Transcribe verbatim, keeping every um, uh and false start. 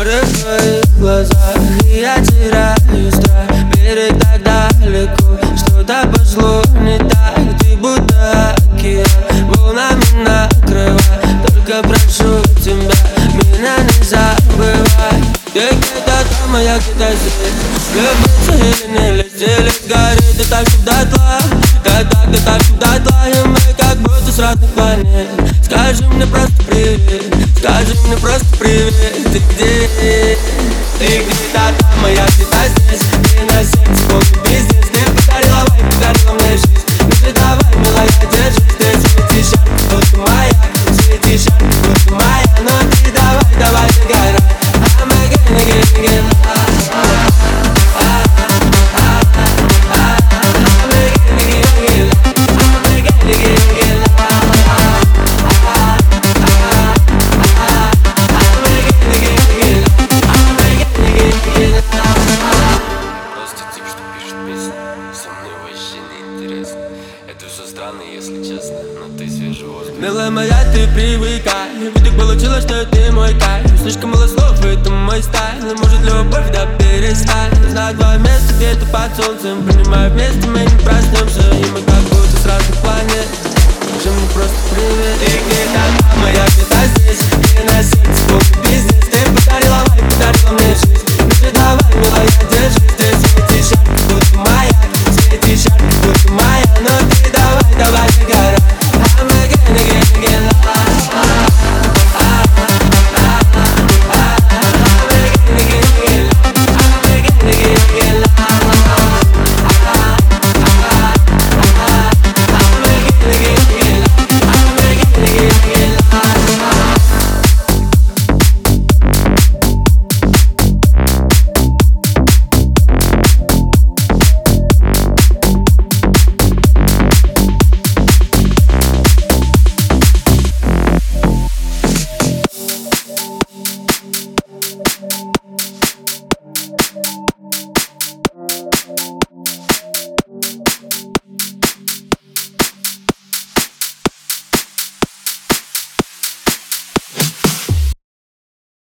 Море в твоих глазах, и я теряю страх. Берег так далеко, что-то пошло не так. Ты будто океан, волнами накрывай. Только прошу тебя, меня не забывай. Ты где-то там, а я где-то здесь. Влюбиться или не лезть, или горит, да так, чтоб дотла. Да так, да так, чтоб дотла. И мы как будто с разных планет. Скажи мне просто привет, скажи мне просто привет. Ты где? Ты где-то там, а я где-то здесь. Ты на сердце полный пиздец. Ты подарила вайп, подарила мне жизнь. Ну ты давай, милая, держись. Ты светишь ярко, будто моя. Светишь ярко, будто моя. Ну ты давай, давай, догорай. I'm again, again, again. Это все странно, если честно, но ты свежий воздух. Милая моя, ты привыкай, ведь так получилось, что ты мой кайф. Слишком мало слов, это мой стайл. И может любовь, да перестань. Знаю два места где-то под солнцем. Принимаю вместе, мы не проснемся. И мы как будто с разных планет. Скажи мне просто привет. Ты где-то там, а я где-то здесь. Ты на сердце полный пиздец.